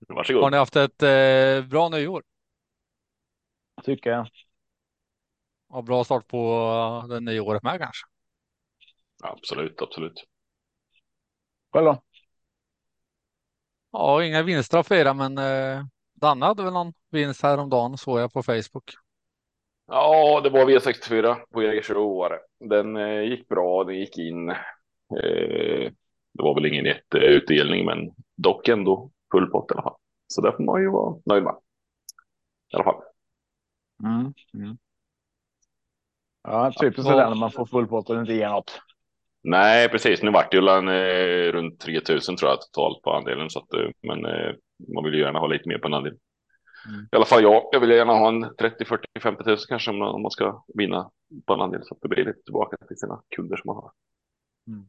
Har Varsågod. ni haft ett bra nyår? Tycker jag. Och bra start på det nya året med kanske? Absolut, absolut. Själv då? Ja, inga vinster att fira, men Danne hade väl någon vinst häromdagen, såg jag på Facebook. Ja, det var V64 på Jägersro var det. Den gick bra, den gick in. Det var väl ingen jätteutdelning, men dock ändå full pott i alla fall. Så det får man ju vara nöjd med. I alla fall. Mm. Mm. Ja, Ja. typiskt sådär när man får full pott och inte ger något. Nej, precis. Nu vart det ju runt 3000 tror jag totalt på andelen. Så att, men man vill ju gärna ha lite mer på en andel. Mm. I alla fall jag vill gärna ha en 30, 40, 50 tusen kanske om man ska vinna på en andel. Så att det blir lite tillbaka till sina kunder som man har. Mm.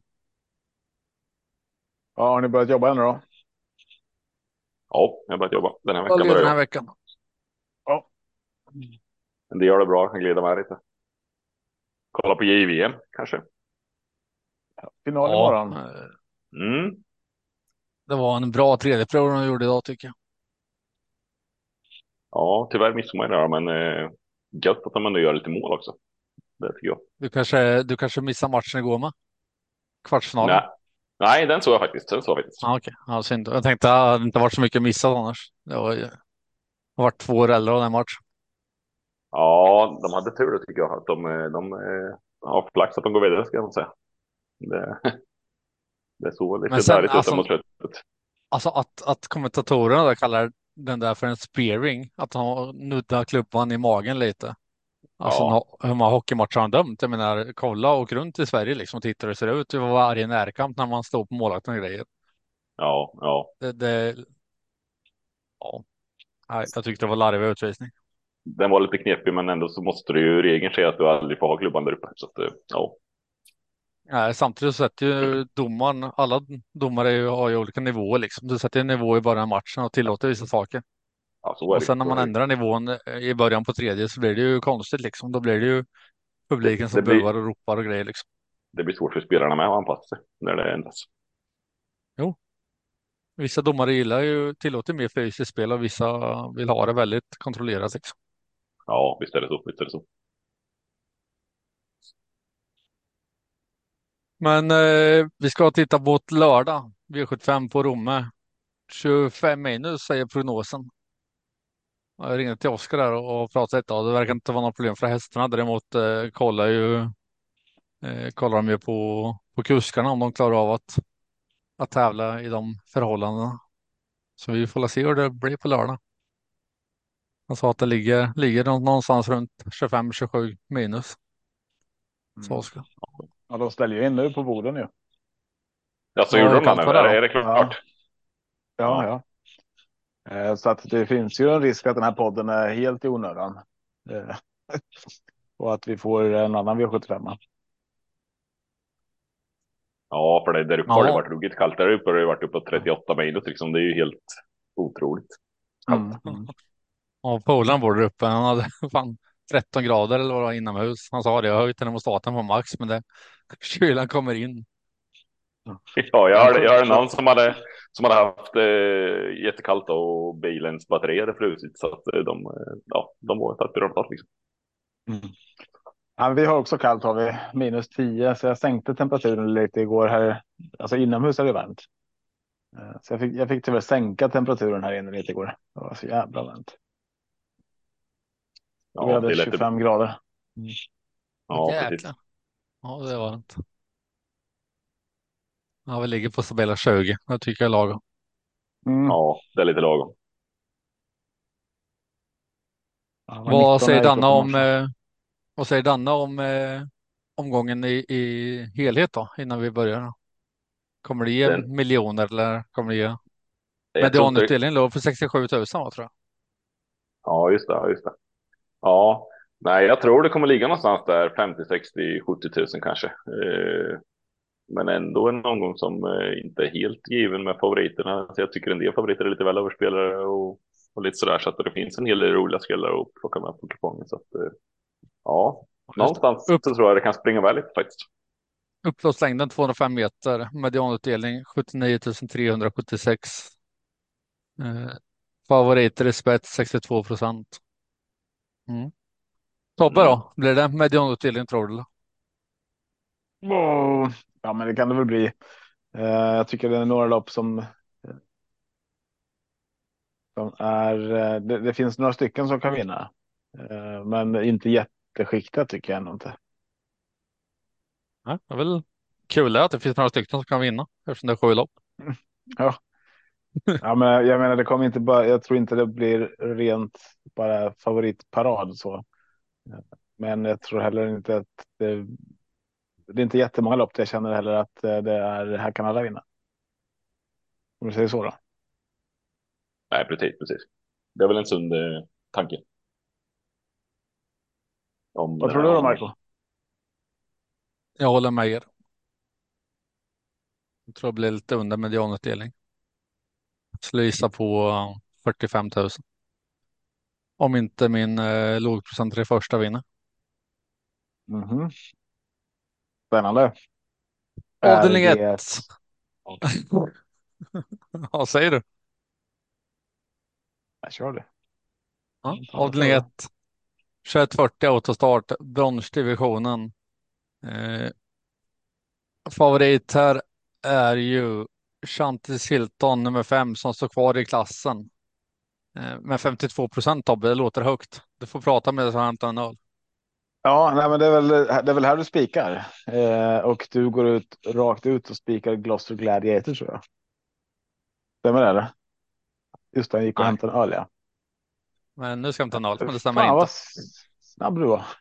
Ja, har ni börjat jobba ännu då? Ja, jag har börjat jobba. Den här Vad veckan leder börjar den här jag. veckan? Ja. Men det gör det bra. Jag kan glida med lite. Kolla på JVM kanske. Final Ja, imorgon. Mm. det var en bra tredje prov de gjorde idag tycker jag. Ja, tyvärr missade man det där, men gött att de ändå gör lite mål också. Det tycker jag. Du kanske missade matchen igår med? Kvartsfinalen? Nej, nej, den såg jag faktiskt. Den såg jag faktiskt. Ja, okej. Ja, synd. Jag tänkte att det hade inte varit så mycket missat annars. Det har varit två rällar av den matchen. Ja, de hade tur då tycker jag. Att de har flax att de går vidare ska jag nog säga. Det, det såg Men lite sen darrigt ut där alltså, mot slutet. alltså att kommentatorerna där kallar den där för en spearing, att han nuddar klubban i magen lite. Alltså Ja, hur många hockeymatcher har han dömt? Jag menar, kolla och runt i Sverige liksom och titta hur det ser ut i varje närkamp när man står på målvakten och grejer. ja, ja. Ja, nej, jag tyckte det var larvig utvisning. Den var lite knepig, men ändå så måste du ju regeln säga att du aldrig får ha klubban där uppe. Så att, ja, Nej, samtidigt så sätter ju domaren, alla domare har ju olika nivåer liksom. Du sätter en nivå i början av matchen och tillåter vissa saker. ja, så är Och det. sen när Så är man det. ändrar nivån i början på tredje så blir det ju konstigt liksom. Då blir det ju Det, publiken det som blir, buar och ropar och grejer liksom. det blir svårt för spelarna med att anpassa sig när det ändras. Jo, vissa domare gillar ju, tillåter mer fysiskt spel och vissa vill ha det väldigt kontrollerat liksom. Ja, visst är det så. Visst är det så. Men vi ska titta på ett lördag. V75 på Romme. 25 minus säger prognosen. Jag ringde till Oskar där och pratade ett tag. Det verkar inte vara något problem för hästarna. Däremot kollar de ju på kuskarna om de klarar av att tävla i de förhållandena. Så vi får se hur det blir på lördag. Han sa att det ligger någonstans runt 25-27 minus. Så Mm. Oskar. Ja, de ställer ju in nu på Boden ju. Ja, så Ja, gjorde hur de det kallt nu. var det då? Är det Ja, klart? ja, Ja. ja. Så att det finns ju en risk att den här podden är helt i onödan. Eh, Och att vi får en annan V75. Ja, för det där uppe har det Ja. varit ruggigt kallt. Där uppe har det varit uppåt 38 minus liksom. Det är ju helt otroligt kallt. Mm. Mm. Ja, polaren bor där uppe. Han hade fan 13 grader eller vad det var inomhus. Han sa det. Jag har höjt termostaten på max, men kylan kommer in. Ja, Men jag hörde någon som hade haft jättekallt och bilens batteri hade frusit så att de var tagit berömtat liksom. mm. Ja, vi har också kallt, har vi minus 10, så jag sänkte temperaturen lite igår här. Alltså inomhus är det varmt. Så jag fick tyvärr sänka temperaturen här inne lite igår. Det var så jävla varmt. Och vi Ja, det hade är lätt. 25 grader. Mm. Åh Ja, precis. jäklar. Ja, det var det. Ja, vi ligger på stabila 20. Det tycker jag är lagom. Mm. Ja, det är lite lagom. Ja, det var Vad 19 säger när jag gick Danna upp i om, morse. omgången i helhet då, innan vi börjar? Kommer det ge Den, miljoner eller kommer det ge? jag tror inte. Medianutdelningen låg för 67 000 va, tror jag. Ja, just det. Ja, just det. Ja, nej, jag tror det kommer ligga någonstans där 50, 60, 70 tusen kanske. Men ändå en omgång som inte är helt given med favoriterna. Så jag tycker en del favoriter är lite väl överspelare och lite sådär. Så att det finns en hel del roliga spelare att plocka med på kupongen. Så att, ja, Ja, just det. någonstans så tror jag det kan springa iväg lite faktiskt. Upploppslängden 205 meter, medianutdelning 79 376. Favoriter i spets 62%. Mm. Tobbe Mm. då? Blir det medianutdelning tror du? Åh, ja, men det kan det väl bli. Jag tycker det är några lopp som är. Det finns några stycken som kan vinna, men inte jätteskiktat tycker jag ändå inte. Ja, det är väl kul att det finns några stycken som kan vinna eftersom det är 7 lopp. Ja, ja, men jag menar, det kommer inte bara. Jag tror inte det blir rent bara favoritparad så. Men jag tror heller inte att det är inte jättemånga lopp där jag känner heller att det är här kan alla vinna. Om du säger så då. Nej, precis. Det är väl en sund tanke. Vad tror du då, Om Marco? Jag håller med er. Jag tror det blir lite under medianutdelning. Skulle gissa på 45 000. Om inte min lågprocentare i första vinner. Mhm. Spännande. Är Avdelning det? 1. Ja, säger du? Jag kör det. Ja, Ta avdelning det. 1. 2140 autostart, bronsdivisionen. Eh, Favorit här är ju Chantis Hilton nummer 5 som står kvar i klassen. Med 52% Tobbe, det låter högt. Du får prata med dig så hämta en öl. Ja, nej, men det är väl här du spikar och du går ut rakt ut och spikar Gloucester Gladiator tror jag. Stämmer det? Eller? Just det, han gick och Nej, hämtade en öl. Ja. men nu ska jag hämta en öl, men det stämmer Fan vad inte. snabb du var.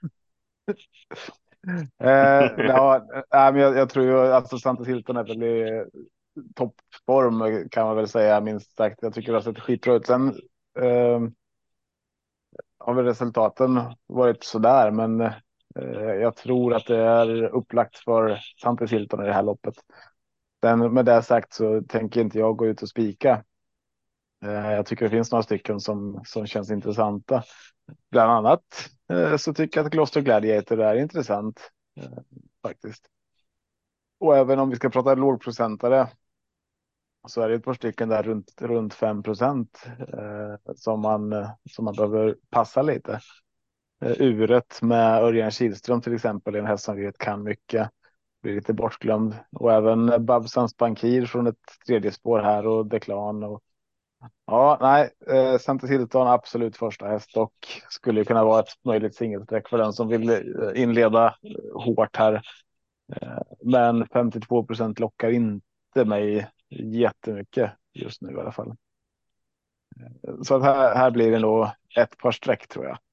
Ja, nej, men jag tror ju alltså Santos Hilton är väl i toppform kan man väl säga minst sagt. Jag tycker det har sett skitbra ut. Sen eh, har väl resultaten varit sådär, men jag tror att det är upplagt för Santos Hilton i det här loppet. Sen med det sagt så tänker inte jag gå ut och spika. Jag tycker det finns några stycken som känns intressanta. Bland annat så tycker jag att Gloucester Gladiator är intressant faktiskt. Och även om vi ska prata lågprocentare så är det ett par stycken där runt 5% som man behöver passa lite. Uret med Örjan Kihlström till exempel, en häst som vi vet kan mycket, blir lite bortglömd. Och även Babsans Bankir från ett tredje spår här och Declan. Och, ja, nej, Santos Hilton absolut första häst och skulle kunna vara ett möjligt singelsträck för den som vill inleda hårt här. Men 52% lockar inte mig jättemycket just nu i alla fall. Så att här blir det nog ett par streck tror jag.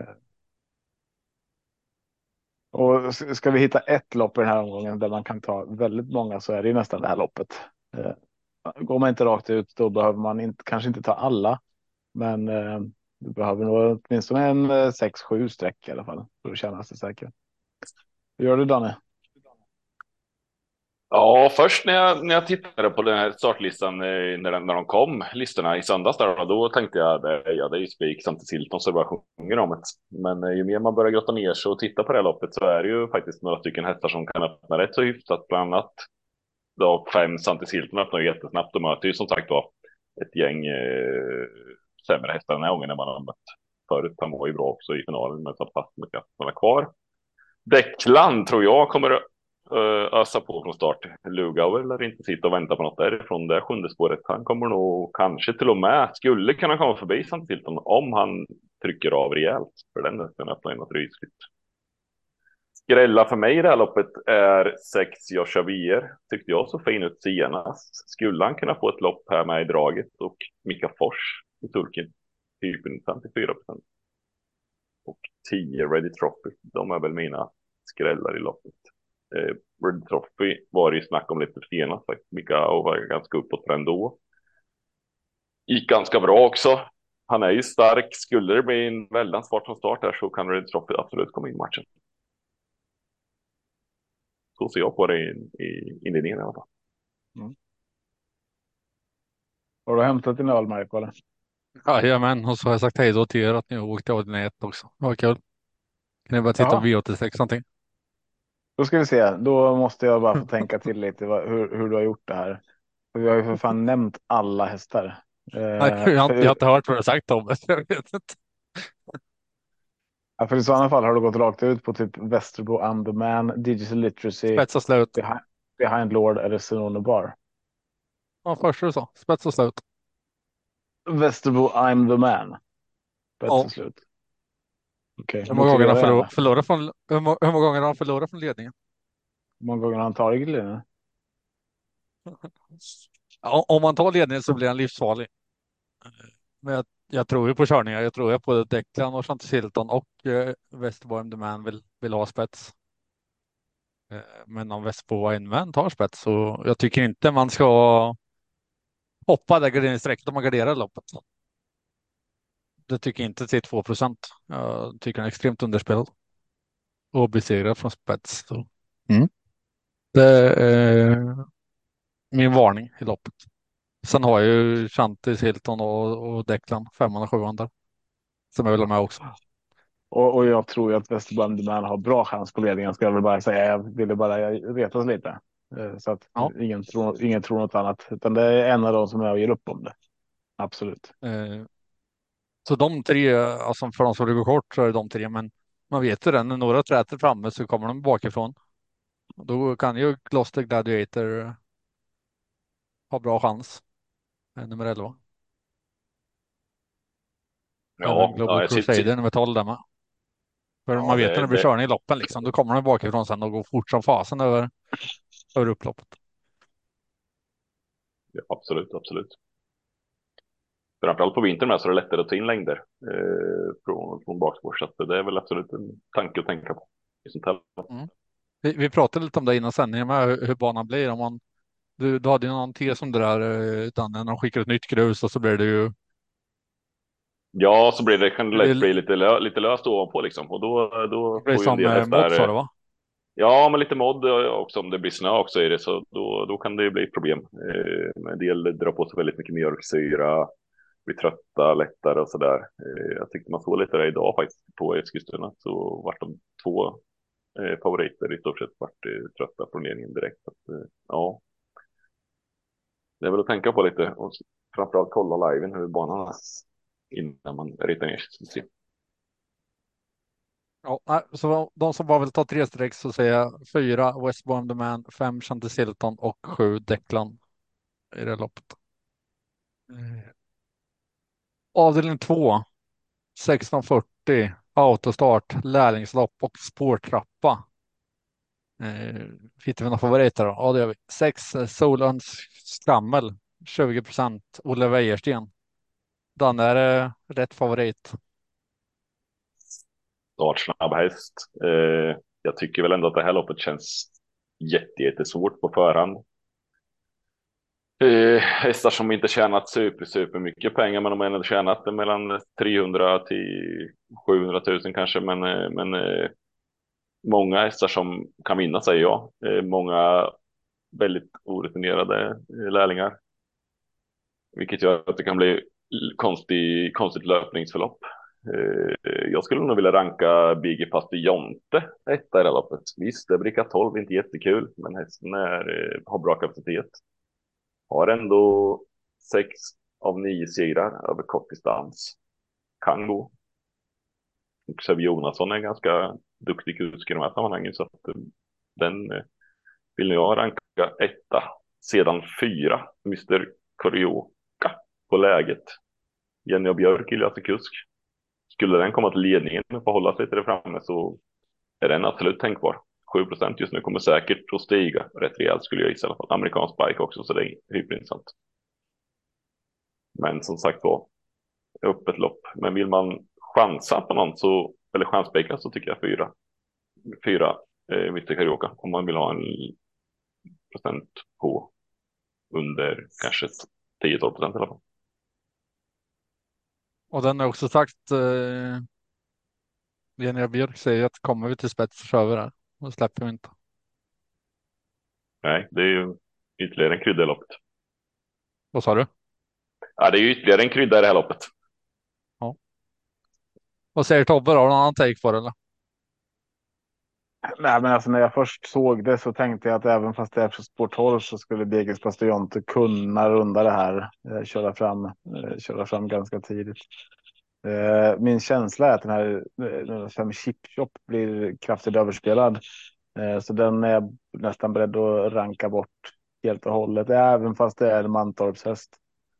Och ska vi hitta ett lopp i den här omgången där man kan ta väldigt många så är det ju nästan det här loppet. Eh, Går man inte rakt ut då behöver man inte, kanske inte ta alla. Men du behöver nog åtminstone en 6-7 streck i alla fall för att känna sig säker. Hur gör du Danne? Ja, först när jag tittade på den här startlistan när de kom, listorna i söndags där, då tänkte jag ja, det är ju spik Santos Hilton så det bara sjunger om det. Men ju mer man börjar grotta ner sig och titta på det här loppet så är det ju faktiskt några stycken hästar som kan öppna rätt så hyfsat. Bland annat då 5 Santos Hilton öppnar ju jättesnabbt och möter ju som sagt då ett gäng sämre hästar den här gången än man har mött förut. Han var ju bra också i finalen men satt fast med krafterna kvar. Declan tror jag kommer ösa på från start. Lugauer eller inte sitta och vänta på något därifrån det sjunde spåret. Han kommer nog kanske till och med skulle kunna komma förbi Santos Hilton om han trycker av rejält för den kan öppna in något rysligt. Skrälla för mig i det här loppet är 6 Joshua Vier. Tyckte jag så fin ut senast. Skulle han kunna få ett lopp här med i draget och Mika Fors i sulken. Typ 54%. Och 10 Ready Trophy. De är väl mina skrällar i loppet. Ready Trophy var det ju snack om lite senast. Mika var ganska uppåt för ändå. Gick ganska bra också. Han är ju stark. Skulle det bli en väldans fart från start här så kan Ready Trophy absolut komma in i matchen. Så ser jag på det i inledningen i alla fall. Mm. Har du hämtat din öl Marco eller? Jajamän, och så har jag sagt hej då till er att ni har åkt till avdelning 1 också. Vad kul. Kan ni bara titta på Jaha, V86 någonting? då ska vi se. Då måste jag bara få tänka till lite hur du har gjort det här. För vi har ju för fan nämnt alla hästar. Jag har inte hört vad du har sagt Tobbe. Jag vet inte. För i sådana fall har du gått rakt ut på typ Västerbo, I'm the man, Digital Literacy, Spets och slut. Behind Lord eller Sonone Bar. Ja, först du sa. Spets och slut. Västerbo, I'm the man. Spets Ja. och slut. Okej, Hur många gånger har motivera han gärna. förlorat från, hur många gånger har han förlorat från ledningen? Hur många gånger har han tagit ledningen? Ja, om man tar ledningen så blir han livsfarlig. Men jag tror ju på körningar. Jag tror ju på Declan och Chantis och Westerborg the Man vill ha spets. Men om Westerborg the Man tar spets så jag tycker inte man ska hoppa där garderingsstrecket om man garderar loppet. Det tycker jag inte till 2%. Jag tycker han är extremt underspelad och besegrad från spets. Så. Mm. Det är min varning i loppet. Sen har jag ju Chantis, Hilton och Declan, 500 och 700 som jag vill ha med också. Och jag tror ju att Västerbo Man har bra chans på ledningen. Ska jag väl bara säga. Jag ville bara retas lite. Så att Ja. ingen tror något annat. Utan det är en av dem som jag ger upp om det. Absolut. Så de tre, alltså för de som vill gå kort så är det de tre, men man vet ju det, när några träter framme så kommer de bakifrån. Då kan ju Gloucester Gladiator ha bra chans. Nummer 11. Även Ja, Global ja, Crusader nummer 12 där med. För ja man vet när det blir det, körning i loppen liksom, då kommer de bakifrån sen och går fort som fasen över upploppet. ja, absolut, absolut. Framförallt på vintern med så är det lättare att ta in längder från bakspår. Så att det är väl absolut en tanke att tänka på i sånt här. Mm. Vi pratade lite om det innan sändningen med hur banan blir. Om man, du hade ju någon tes om det där, Danne, när de skickar ett nytt grus och så blir det ju Ja, så blir det, kan det det lätt blir, bli lite löst ovanpå liksom. Och det då blir får ju en som del mod sa hästar, det va? ja, men lite modd också om det blir snö också i det, så då kan det ju bli problem. Men en del drar på sig väldigt mycket mjölksyra, blir trötta lättare och sådär. Jag tyckte man såg lite det idag faktiskt på Eskilstuna, så vart de två favoriter i stort sett vart trötta från ledningen direkt. Så att, ja, det är väl att tänka på lite och framförallt kolla liven hur banan är innan man ritar ner sig. Ja, nej, så de som bara vill ta 3 streck så säger jag 4 Westbourne the Man, 5 Chantis Hilton och 7 Declan i det loppet. Avdelning 2, 1640, autostart, lärlingslopp och spårtrappa. Hittar vi några favoriter då? Ja, det gör vi. 6 Solons Skrammel, 20%, Olle Wäjersten. Den är rätt favorit. Startsnabb häst. Jag tycker väl ändå att det här loppet känns jättesvårt på förhand. Hästar som inte tjänat super mycket pengar, men de har ändå tjänat det mellan 300 till 700 000 kanske. Men många hästar som kan vinna säger jag. Många väldigt orutinerade lärlingar. Vilket gör att det kan bli konstigt löpningsförlopp. Jag skulle nog vilja ranka Biggie Pastillonte etta i det här loppet. Visst, det är bricka 12, inte jättekul, men hästen har bra kapacitet. Har ändå 6 av 9 segrar över kort distans. Kan gå. Och Sev Jonasson är en ganska duktig kusk i de här sammanhangen, så att den vill jag ranka etta. Sedan 4, Mr. Korioka på läget. Jenny och Björk gillar alltså kusk. Skulle den komma till ledningen och få hålla sig till det framme så är den absolut tänkbar. 7% just nu kommer säkert att stiga rätt rejält skulle jag gissa i alla fall. Amerikansk bike också, så det är hyperintressant. Men som sagt var, öppet lopp. Men vill man chansa på någon så, eller chansspika, så tycker jag 4 Mr. Carioca. Om man vill ha en procent på under kanske 10-12% i alla fall. Och den har också sagt, Jenny Björk säger att kommer vi till spets så kör vi där. Då släpper vi inte. Nej, det är ju ytterligare en krydda i loppet. Vad sa du? Ja, det är ju ytterligare en krydda i det här loppet. Ja. Vad säger Tobbe då? Har du någon annan take på det eller? Nej, men alltså när jag först såg det så tänkte jag att även fast det är på spår 12 så skulle Begis Bastionte kunna runda det här. Köra fram ganska tidigt. Min känsla är att den här nummer 5 Chip Chop blir kraftigt överspelad. Så den är jag nästan beredd att ranka bort helt och hållet. Även fast det är en Mantorps häst.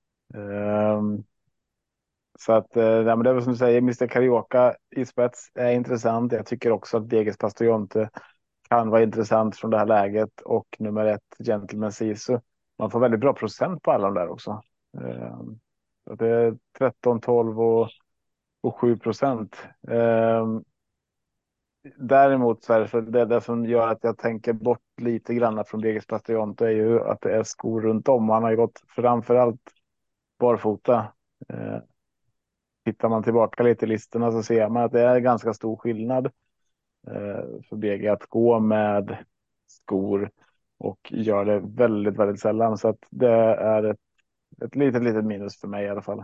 Så att nej, men det är väl som du säger, Mr. Carioca i spets är intressant. Jag tycker också att Deges Pastoriante kan vara intressant från det här läget och nummer 1 Gentleman Sisu. Man får väldigt bra procent på alla de där också. Så det är 13, 12 och 7%. Däremot så är det, för det som gör att jag tänker bort lite grann från Deges Pastoriante är ju att det är skor runt om. Han har ju gått framförallt barfota. Tittar man tillbaka lite i listorna så ser man att det är ganska stor skillnad för BG att gå med skor och gör det väldigt, väldigt sällan. Så att det är ett litet minus för mig i alla fall.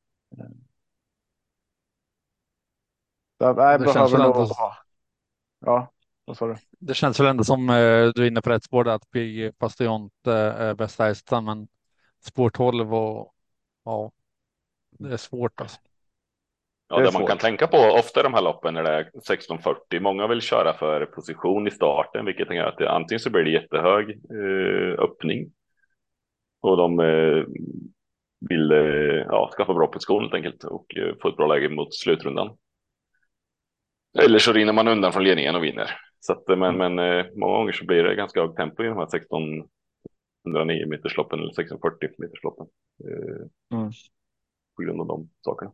Så att jag Det känns behöver väl ändå, nog ha. Ja, vad sa du? det känns väl ändå som du är inne på rätt spår där, att PG Bastion är bästa hästen, men spår 12 och ja, det är svårt alltså. Ja, Det är det man kan svårt. tänka på ofta i de här loppen när det är 16:40. Många vill köra för position i starten, vilket gör att det antingen så blir det jättehög öppning och de vill ja, skaffa bra position helt enkelt och få ett bra läge mot slutrundan. Eller så rinner man undan från ledningen och vinner. Så att, men många gånger så blir det ganska högt tempo i de här 1609 metersloppen eller 1640 metersloppen Mm. på grund av de sakerna.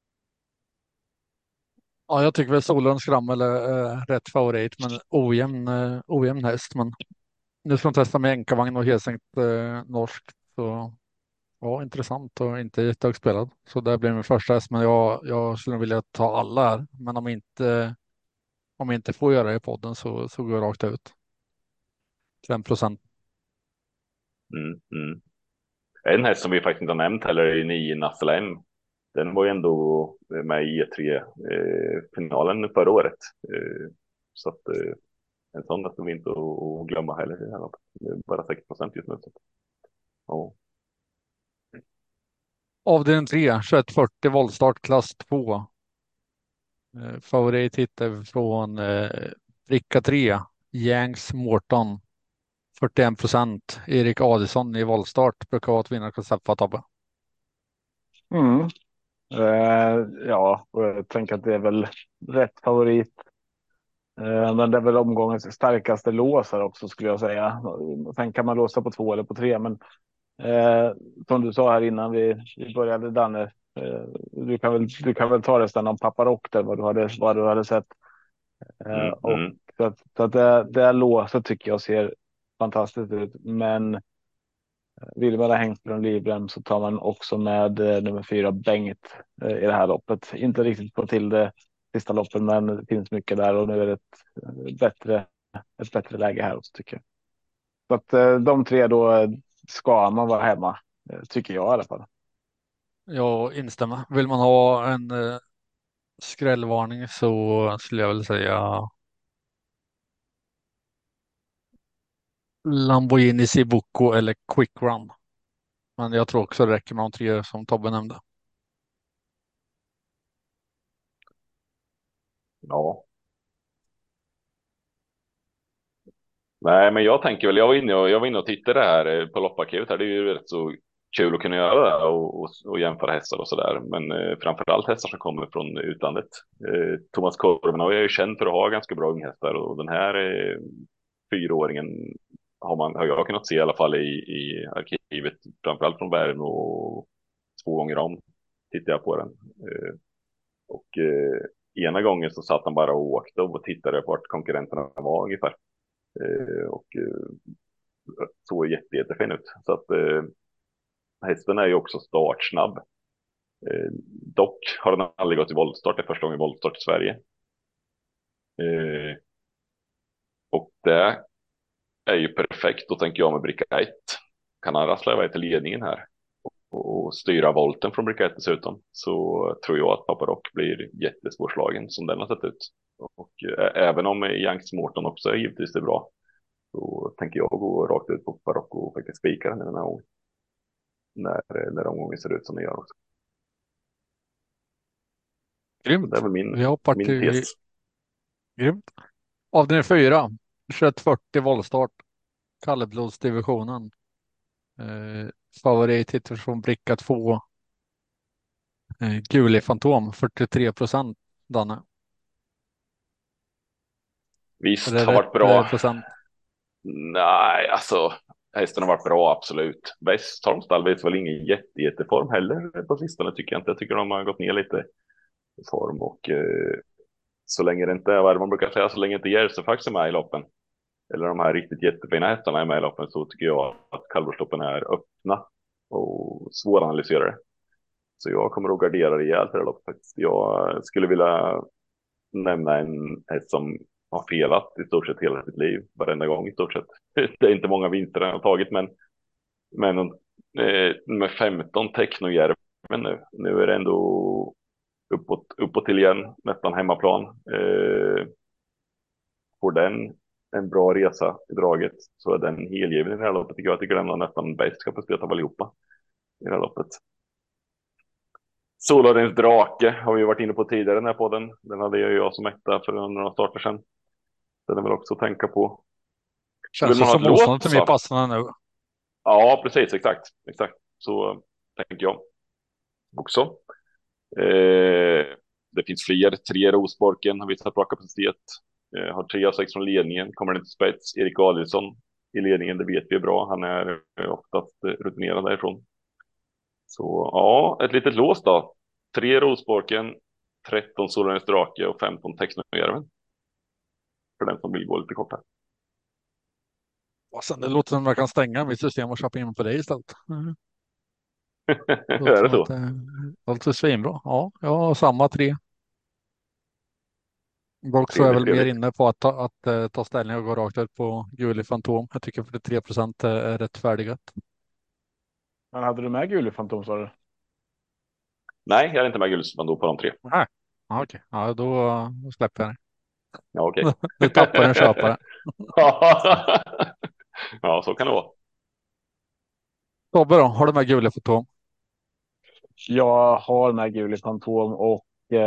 Ja, jag tycker väl Solons Skrammel är rätt favorit, men ojämn häst. Men nu ska de testa med enkavagn och helsänkt norsk. Så ja, intressant och inte jättehögt spelad. Så det blir min första häst, men jag skulle vilja ta alla här. Men om jag inte får göra det i podden så går jag rakt ut. 5%. Mm, mm. En häst som vi faktiskt inte har nämnt heller är 9 Nassel M. Den var ju ändå med i E3-finalen förra året. Så att en sån där ska vi inte att glömma heller i det här loppet. Det är bara 6% just nu. Så att, ja. Avdelning 3, 2140 voltstart klass 2. Favorit hittar vi från bricka 3, Yanks Morton. 41%. Erik Adelsson i voltstart brukar vara ett vinnarkoncept för Tobbe. Mm. Ja, och jag tänker att det är väl rätt favorit. Men det är väl omgångens starkaste låsare också skulle jag säga. Sen kan man låsa på 2 eller på 3. Men som du sa här innan vi började, Danne. Du kan väl ta resten om Papa Rock där, vad du hade sett. Mm, Och mm. så att det låset tycker jag ser fantastiskt ut. Men vill man ha Hängström livrem så tar man också med nummer 4 Bengt i det här loppet. Inte riktigt på till det sista loppen, men det finns mycket där och nu är det ett bättre läge här också tycker jag. Så att de 3 då ska man vara hemma, tycker jag i alla fall. Jag instämmer. Vill man ha en skrällvarning så skulle jag väl säga Lamborghini Sibuco eller Quick Run. Men jag tror också det räcker med de 3 som Tobbe nämnde. Ja. Nej, men jag tänker väl, jag var inne och tittade här på loppaketet här. Det är ju rätt så kul att kunna göra det och jämföra hästar och sådär. Men framförallt hästar som kommer från utlandet. Thomas Korvenau är ju känd för att ha ganska bra unghästar och den här 4-åringen har jag kunnat se i alla fall i arkivet, framförallt från Värn och 2 gånger om tittade jag på den. Och ena gången så satt han bara och åkte och tittade på vart konkurrenterna var ungefär. Och såg jättefin ut. Så att hästen är ju också startsnabb. Dock har den aldrig gått i voltstart. Det är första gången voltstart i Sverige. Och det är ju perfekt. Då tänker jag med bricka 1. Kan han rassla iväg till ledningen här och styra volten från bricka 1 dessutom, så tror jag att Papa Rock blir jättesvårslagen som den har sett ut. Och även om Youngs Morton också är givetvis är bra, så tänker jag gå rakt ut på Barocco och faktiskt spika den här gången. När omgången ser ut som den gör också. Så det är Grymt. väl Vi hoppar min tes. till grymt. Avdelning 4. 2140 voltstart. Kalleblodsdivisionen. Favorit hittills från bricka 2. Guli Fantom 43%. Danne. Är Visst, det har varit rätt bra. procent? Nej, alltså hästen har varit bra, absolut. Västholmstall vet väl ingen jätteform heller på sistone tycker jag inte. Jag tycker de har gått ner lite i form och så länge det inte är vad man brukar säga, så länge inte Järvsöfax är med i loppen eller de här riktigt jättefina hästarna är med i loppen, så tycker jag att kallblodsloppen är öppna och svåranalyserade. Så jag kommer att gardera rejält i det här loppet faktiskt. Jag skulle vilja nämna en häst som har felat i stort sett hela sitt liv, varenda gång i stort sett. Det är inte många vinster han har tagit, men med 15 Technojärven nu. Nu är det ändå uppåt till igen, nästan hemmaplan. Får den en bra resa i draget så är den helgiven i det här loppet. Jag tycker den har nästan bäst kapacitet av allihopa i det här loppet. Solorens drake har vi varit inne på tidigare den här podden. Den hade jag som etta för några starter sedan. Den är väl också att tänka på. Vill Känns ju man ha som ett lås motståndet är mer så? passande nu. Ja, precis, exakt. Så tänker jag också. Det finns fler. 3 Rosborken har visat bra kapacitet. Har 3 av 6 från ledningen. Kommer den till spets. Erik Adielsson i ledningen, det vet vi är bra. Han är oftast rutinerad därifrån. Så ja, ett litet lås då. 3 Rosborken, 13 Solens drake och 15 Texnojärven. För den som vill gå lite kort här. Och sen, det låter som att man kan stänga mitt system och köpa in på det istället. Det låter Är det som att så? det låter svinbra. Ja, jag har samma 3. Dock så är jag Trevligt, väl mer trevligt. inne på att ta ställning och gå rakt ut på Guli Fantom. Jag tycker 43% är rättfärdigat. Men hade du med Guli Fantom sa du? Nej, jag är inte med Gulsman på de 3. Nej, ja, okej. Ja, då släpper jag det. Ja, okej. Du tappar en köpare. Ja, så kan det vara. Tobbe då, har du med Guli Fantom? Jag har med Guli Fantom och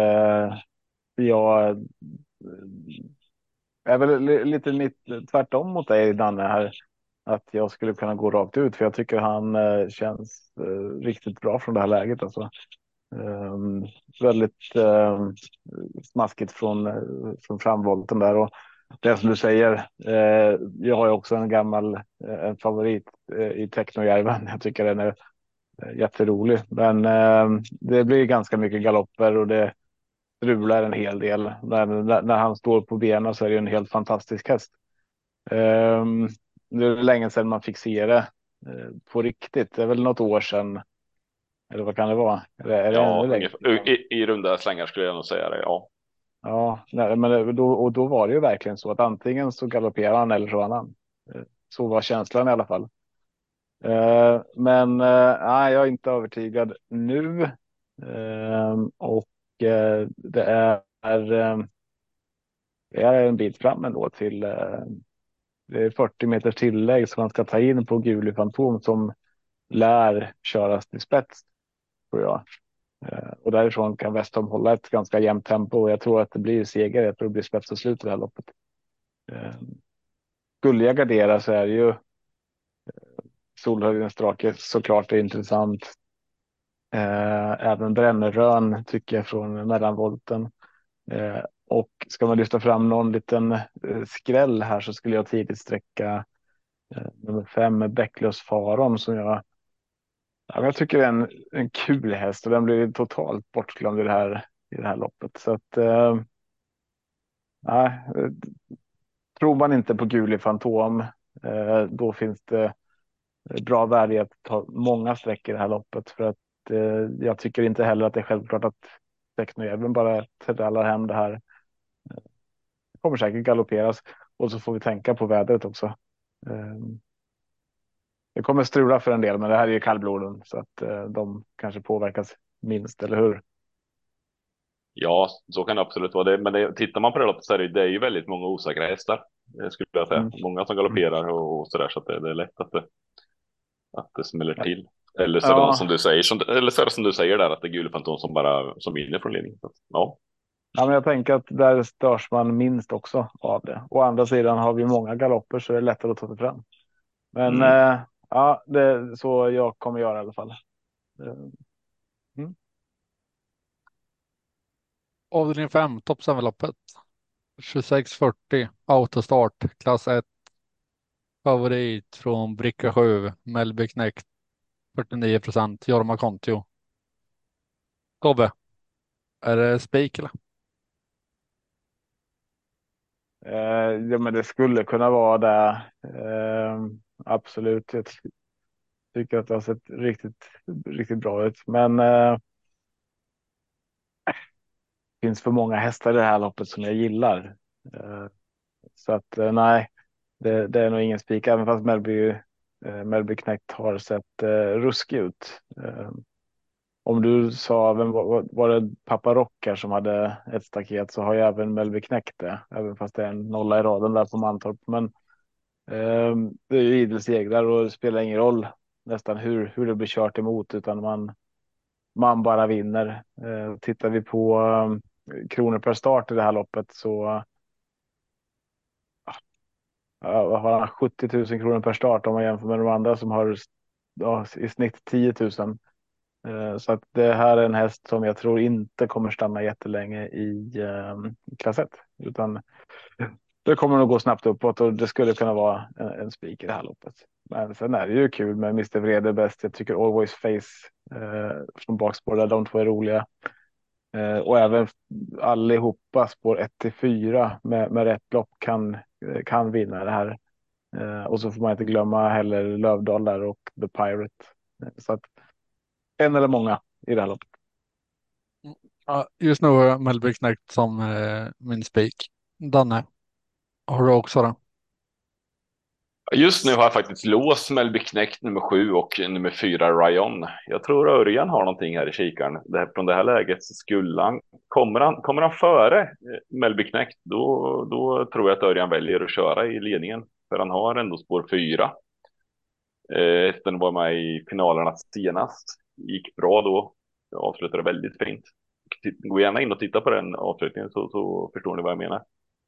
jag är väl lite tvärtom mot dig Danne här. Att jag skulle kunna gå rakt ut för jag tycker han känns riktigt bra från det här läget. Alltså. Väldigt smaskigt från framvolten där. Och det som du säger, jag har ju också en gammal en favorit i Technojärven. Jag tycker den är jätterolig. Men det blir ganska mycket galopper och det strular en hel del. När han står på benen så är det en helt fantastisk häst. Det är länge sedan man fick se det på riktigt. Det är väl något år sedan. Eller vad kan det vara? Är det ännu Ja, längre? ungefär, i runda slängar skulle jag nog säga det. Ja, Ja, nej, men då var det ju verkligen så att antingen så galopperar han eller så vann han. Så var känslan i alla fall. Men nej, jag är inte övertygad nu. Och det är en bit fram ändå till det är 40 meters tillägg som man ska ta in på Guli Fantom som lär köras till spets tror jag. Och därifrån kan Westholm hålla ett ganska jämnt tempo och jag tror att det blir seger. Jag tror det blir spets och slut i det här loppet. Skulle jag gardera så är det ju Solhöjdens drake såklart är intressant. Även Brännerön tycker jag från mellanvolten. Och ska man lyfta fram någon liten skräll här så skulle jag tidigt sträcka nummer 5 Bäcklös Faron som jag tycker är en kul häst och den blir totalt bortglömd i det här loppet. Så att nej, tror man inte på Guli Fantom då finns det bra värde i att ta många streck i det här loppet för att jag tycker inte heller att det är självklart att Technojärven bara trallar hem det här. Det kommer säkert galopperas och så får vi tänka på vädret också. Det kommer strula för en del, men det här är ju kallbloden så att de kanske påverkas minst, eller hur? Ja, så kan det absolut vara. Men tittar man på det loppet så är det är ju väldigt många osäkra hästar. Det skulle jag säga. Mm. Många som Mm. galopperar och sådär så att det är lätt att det smäller till. Eller så är det någon Ja, som du säger, eller så är det som du säger där att det är Gule Fantom som bara som vinner från ledningen. Så, ja. ja, men jag tänker att där störs man minst också av det. Å andra sidan har vi många galopper så det är lättare att ta sig fram. Men Mm. ja, det är så jag kommer göra i alla fall. Mm. Avdelning 5, topp 7-loppet. 2640 autostart, klass 1. Favorit från bricka 7, Mellby Knekt 49%, Jorma Kontio. Tobbe, är det spik eller? Ja, men det skulle kunna vara det. Absolut. Jag tycker att det har sett riktigt bra ut. Men det finns för många hästar i det här loppet som jag gillar. Eh, så att nej, det är nog ingen spik. Även fast Mellby Knekt har sett ruskig ut. Om du sa, var det Papa Rockar som hade ett staket så har ju även Mellby Knekt det. Även fast det är en nolla i raden där på Mantorp. Men det är ju idel segrar och det spelar ingen roll nästan hur det blir kört emot utan man bara vinner. Tittar vi på kronor per start i det här loppet så har han 70 000 kronor per start om man jämför med de andra som har i snitt 10 000. Så att det här är en häst som jag tror inte kommer stanna jättelänge i klass 1 utan det kommer nog gå snabbt uppåt och det skulle kunna vara en spik i det här loppet. Men sen är det ju kul med Mr. Vrede bäst. Jag tycker Always Face från bakspår där de två är roliga. Och även allihopa spår 1-4 med rätt lopp kan vinna det här. Och så får man inte glömma heller Lövdal där och The Pirate. Så att en eller många i det här loppet. Ja, just nu har jag Mellby Knekt som min spik. Danne, har du också det? Just nu har jag faktiskt låst Mellby Knekt nummer 7 och nummer 4 Ryan. Jag tror Örjan har någonting här i kikaren. Från det här läget så skulle kommer han före Mellby Knekt då tror jag att Örjan väljer att köra i ledningen. För han har ändå spår 4. Hästen var med i finalerna senast. Gick bra då. Jag avslutade väldigt fint. Gå gärna in och titta på den avslutningen så förstår ni vad jag menar.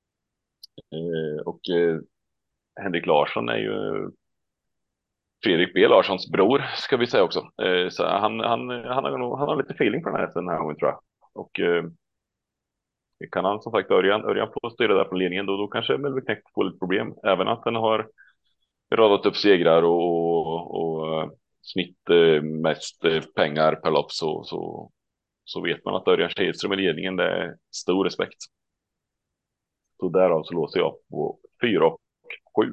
Henrik Larsson är ju Fredrik B Larssons bror ska vi säga också. Så han har lite feeling på den här hästen här gången tror jag. Och kan han som sagt Örjan få styra där från ledningen då kanske Mellby Knekt får lite problem. Även att den har radat upp segrar och snitt mest pengar per lopp så vet man att Örjan Kihlström i ledningen det är stor respekt. Så därav så låser jag på 4 och 7.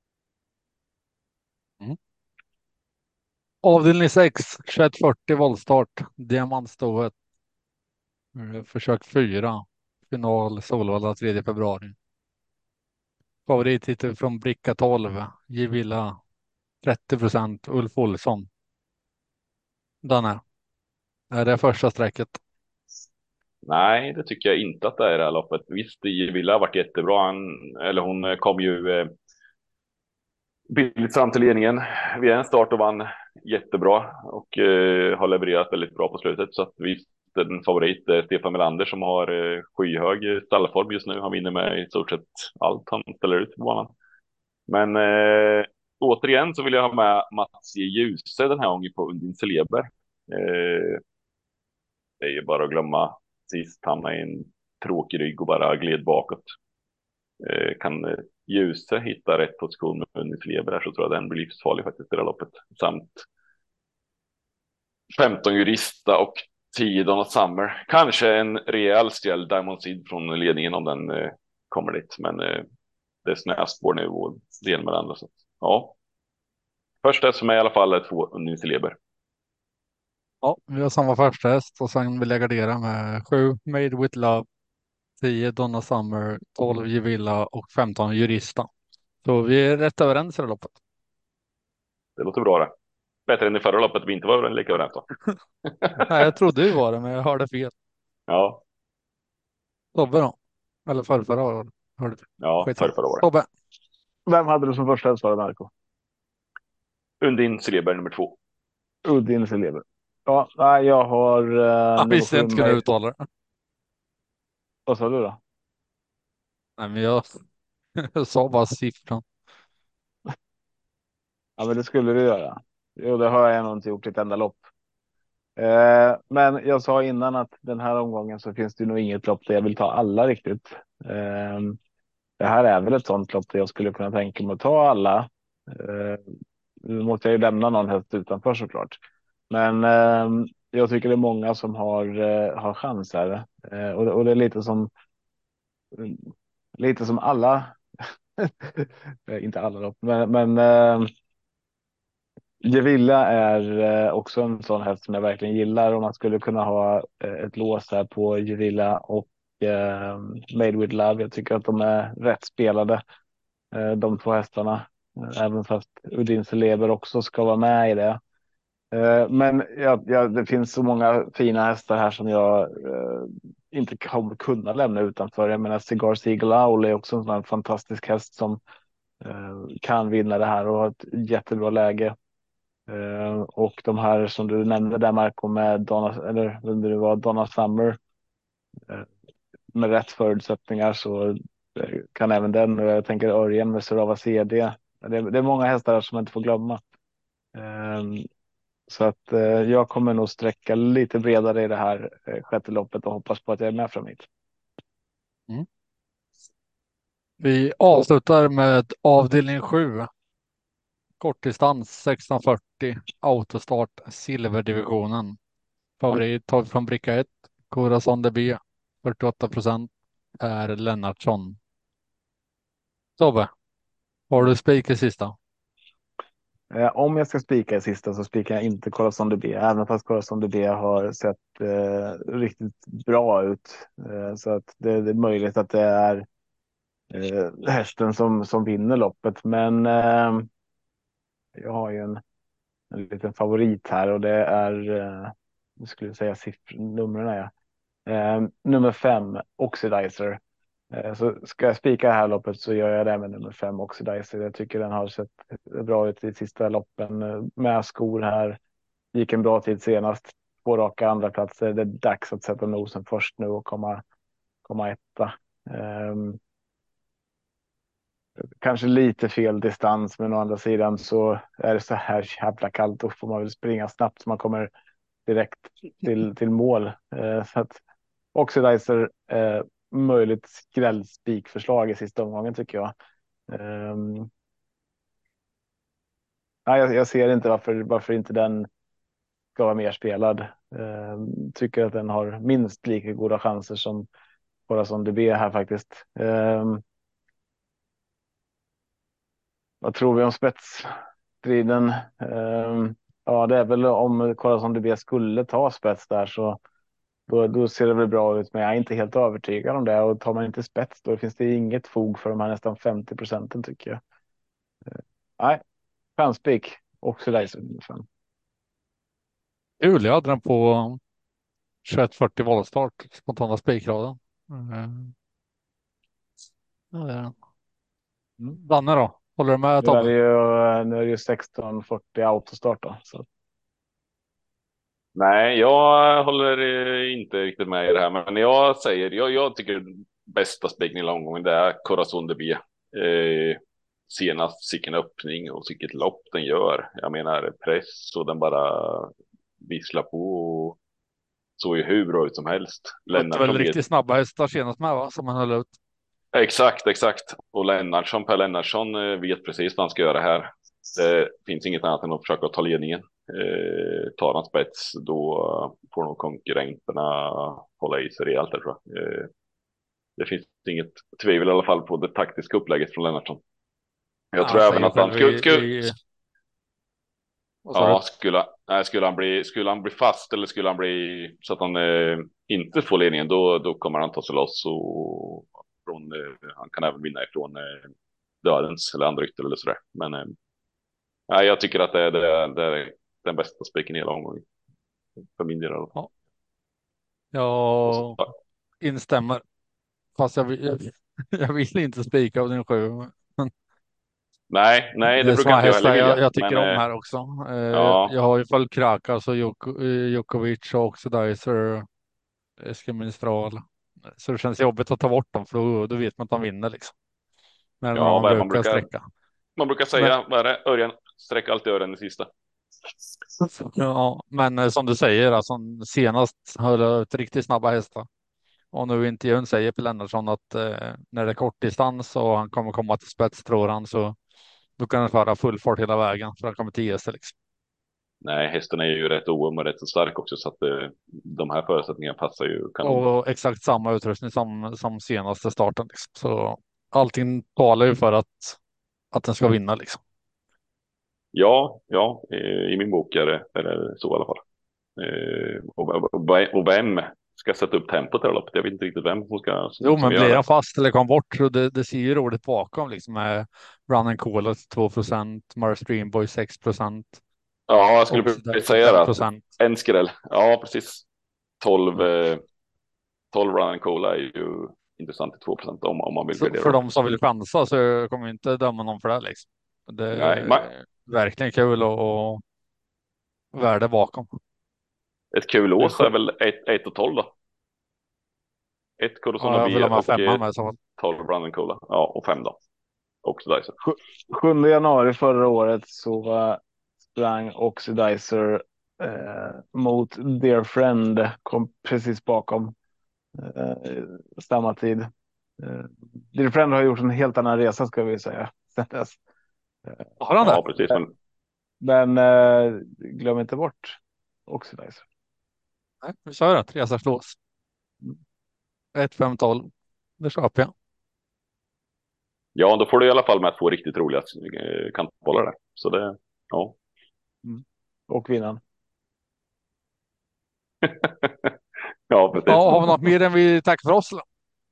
Mm. Avdelning 6, 2140 voltstart, diamantstoet. Försök 4, final Solvalla 3 februari. Favorittitel från bricka 12, Givilla 30%, Ulf Olsson. Danne, är det första strecket? Nej, det tycker jag inte att det är i det här loppet. Visst, Villa har varit jättebra. Hon kom ju billigt fram till ledningen vid en start och vann jättebra och har levererat väldigt bra på slutet. Så att visst, en favorit är Stefan Melander som har skyhög stallform just nu. Han vinner med i stort sett allt han ställer ut på banan. Men återigen så vill jag ha med Mats J. Djuse den här gången på Undin Celeber. Det är ju bara att glömma sist hamna i en tråkig rygg och bara gled bakåt. Kan Djuse hitta rätt position med Undin Celeber här så tror jag den blir livsfarlig faktiskt i det här loppet. Samt 15 Jurista och 10 Donald Summer. Kanske en rejäl skräll Diamond Seed från ledningen om den kommer dit. Men det är snävspår nu och del med andra. Så. Ja. Första som är i alla fall är 2 Undin Celeber. Ja, vi har samma första häst och sen vill jag gardera med 7 Made with Love, 10 Donna Summer, 12 Givilla och 15 Jurista. Så vi är rätt överens i det loppet. Det låter bra det. Bättre än i förra loppet vi inte var lika överens då. Nej, jag trodde ju var det, men jag hörde fel. Ja. Tobbe då? Eller förrförra året? Hörde du? Ja, Skitsamma. förra året. Tobbe. Vem hade du som första hästvara, Marco? Undin Celeber nummer 2. Udins elever. Ja, nej, jag har Han nummer visste jag 7 inte kunna med. uttala det. Vad sa du då? Nej, men jag sa bara siffran. Ja, men det skulle du göra. Jo, det har jag nog inte gjort i ett enda lopp. Men jag sa innan att den här omgången så finns det nog inget lopp där jag vill ta alla riktigt. Eh, Det här är väl ett sånt lopp där jag skulle kunna tänka mig att ta alla. Nu måste jag ju lämna någon häst utanför såklart. Men jag tycker det är många som har chanser. Och det är lite som alla. Inte alla lopp, men Gevilla är också en sån häst som jag verkligen gillar. Och man skulle kunna ha ett lås här på Gevilla och Made with Love. Jag tycker att de är rätt spelade. De två hästarna. Även fast Udin Celeber också ska vara med i det. Men det finns så många fina hästar här som jag inte kommer kunna lämna utanför. Jag menar Cigar Seagull Owl är också en sån här fantastisk häst som kan vinna det här och har ett jättebra läge. Och de här som du nämnde där, Marco, med Donna, eller det var Donna Summer. eh, med rätt förutsättningar så kan även den, och jag tänker Örjan med Surava CD. Det är många hästar som man inte får glömma. Ehm, Så att jag kommer nog sträcka lite bredare i det här sjätte loppet och hoppas på att jag är med fram hit. Mm. Vi avslutar med avdelning 7. Kortdistans 1640. Autostart silverdivisionen. Favorit har vi från bricka 1. Corazon de B. 48% är Lennartsson. Tobbe, har du spik i sista? Om jag ska spika i sista så spikar jag inte Corazon de B, även fast Corazon de B har sett riktigt bra ut. Så att det är möjligt att det är hästen som vinner loppet. Men jag har ju en liten favorit här och det är, nu skulle jag säga numren är. Nummer 5, Oxidizer. Så ska jag spika det här loppet så gör jag det med nummer 5, Oxidizer. Jag tycker den har sett bra ut i sista loppen med skor här. Gick en bra tid senast. 2 raka andra platser. Det är dags att sätta nosen först nu och komma etta. Kanske lite fel distans, men å andra sidan så är det så här jävla kallt. Då får man väl springa snabbt så man kommer direkt till mål. Så att Oxidizer, möjligt skrällspikförslag i sista omgången tycker jag. Nej, jag ser inte varför inte den ska vara mer spelad. Tycker att den har minst lika goda chanser som Corazon DB här faktiskt. Vad tror vi om spetsstriden? Ja, det är väl om Corazon DB skulle ta spets där så då ser det väl bra ut. Men jag är inte helt övertygad om det. Och tar man inte spets då finns det inget fog för de här nästan 50% tycker jag. Nej, chanspik. Oxidizer. Kul, jag hade den på 2140 voltstart, spontana spikraden. Ja, det är den. Danne då? Håller du med Tobbe? Nu är det ju 1640 autostart då. Så. Nej, jag håller inte riktigt med i det här, men jag säger, jag tycker bästa spiken i hela omgången det är Corazon de B. Senast sicken öppning och vilket lopp den gör. Jag menar press och den bara visslar på och såg ju hur bra ut som helst. Skötte väl Lennartsson vet. riktigt snabba hästar senast med va? Som han höll ut. Exakt. Och Per Lennartsson vet precis vad han ska göra här. Det finns inget annat än att försöka ta ledningen. Tar han spets då får nog konkurrenterna hålla i sig rejält där tror jag. Det finns inget tvivel i alla fall på det taktiska upplägget från Lennartsson. Jag tror Han säger även ju att han själv vad sa du? ja, skulle han bli fast eller skulle han bli så att han inte får ledningen då kommer han ta sig loss och han kan även vinna ifrån dödens eller andra ytter eller sådär. Men jag tycker att det är den bästa spiken i hela omgången. För min del. Ja, Och så, jag instämmer. Fast jag vill inte spika av den 7. Men Nej, det det är brukar sådana inte jag heller hästar vilja. jag tycker Men om här också. ja, Jag har ju följt Krakas och Djokovic och Oxidizer, Eski Mistral. Så det känns jobbigt att ta bort dem för då vet man att de vinner liksom. När ja, de vad är det brukar sträcka. man brukar Men, säga, vad är det? Örjan, sträck alltid öronen i sista. ja, men som du säger, alltså, senast höll jag ut riktigt snabba hästar. Och nu i intervjun säger Pelle Lennartsson att när det är kortdistans och han kommer komma till spets tror han så då kan han föra full fart hela vägen för han kommer till ge sig liksom. Nej, hästen är ju rätt oum och rätt så stark också så att de här förutsättningarna passar ju kanon. Och exakt samma utrustning som senaste starten liksom. Så allting talar ju för att den ska vinna liksom. Ja, i min bok är det så i alla fall. Och vem ska sätta upp tempot i det här loppet? Jag vet inte riktigt vem Jo, som men gör blir det. han fast eller kom bort så det ser ju roligt bakom liksom med Run and Cola 2%, Mars Dreamboy 6%, Ja, jag skulle precis Oxidizer säga det, att 5%. en skräll. Ja, precis. 12, Ja. 12 Run and Cola är ju intressant till 2% om man vill Så gardera för då. de som vill chansa så kommer jag inte döma någon för det liksom. Det Nej, är verkligen kul och värde bakom. ett kul Det är lås är väl 1 och 12 då. Ett Ja, Corosona jag vill B ha med och femman med i så fall. 12 Run and Cola. Ja, och 5 då. Oxidizer. 7 januari förra året så sprang Oxidizer mot Dear Friend, kom precis bakom samma tid. Dear Friend har gjort en helt annan resa ska vi säga sen dess. Har han det? Ja, precis. Men glöm inte bort Oxidizer. Nej, vi kör det. 3 lås. 1, 5, 12. Det köper jag. Ja, då får du i alla fall med 2 riktigt roliga kantbollar där. Så det, ja. Mm. Och vinnaren. Ja, precis. Ja, har vi något mer än vi tackar för oss? Eller?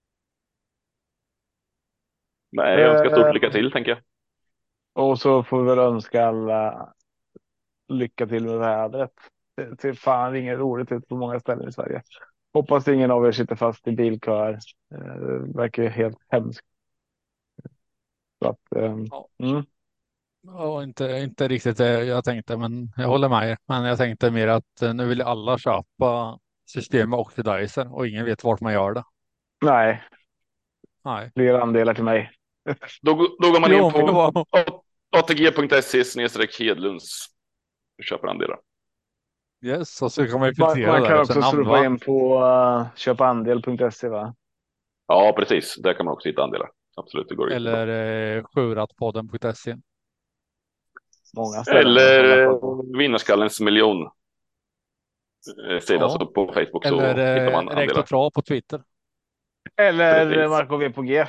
Nej, jag önskar stort lycka till, tänker jag. Och så får vi väl önska alla lycka till med vädret. Det ser fan inget roligt ut på många ställen i Sverige. Hoppas ingen av er sitter fast i bilköer. Det verkar ju helt hemskt. Så att, Ja. mm. Ja, inte riktigt det jag tänkte, men jag håller med er. Men jag tänkte mer att nu vill alla köpa system med Oxidizer och ingen vet vart man gör det. Nej, Nej. fler andelar till mig. Då går man in Jo, men det på var... atg.se/Hedlunds och köper andelar. Yes, och så kan man ju Man, filtrera man kan där efter också namn, surfa va? in på köpaandel.se va? Ja, precis. Där kan man också hitta andelar. Absolut, det går jättebra. Eller sjuratpodden.se. Många ställen att Eller hålla koll på. Vinnarskallens miljon sida, så Ja, på Facebook eller så hittar man Räkt och andelar. Trav på Twitter. Eller Precis. Marco V på G.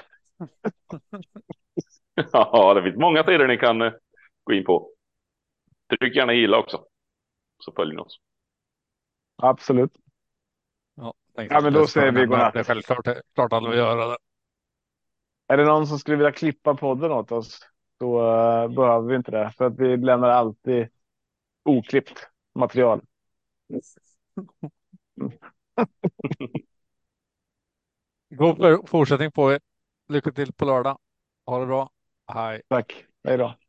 Ja, det finns många sidor ni kan gå in på. Tryck gärna gilla också, så följer ni oss. Absolut. Ja, tänkte Ja, men då ska säger vi vi nämna. Det är godnatt. självklart, klart alla vill göra det. Är det någon som skulle vilja klippa podden åt oss så behöver vi inte det. För att vi lämnar alltid oklippt material. God fortsättning på er. Lycka till på lördag. Ha det bra. Hej. Tack. Hej då.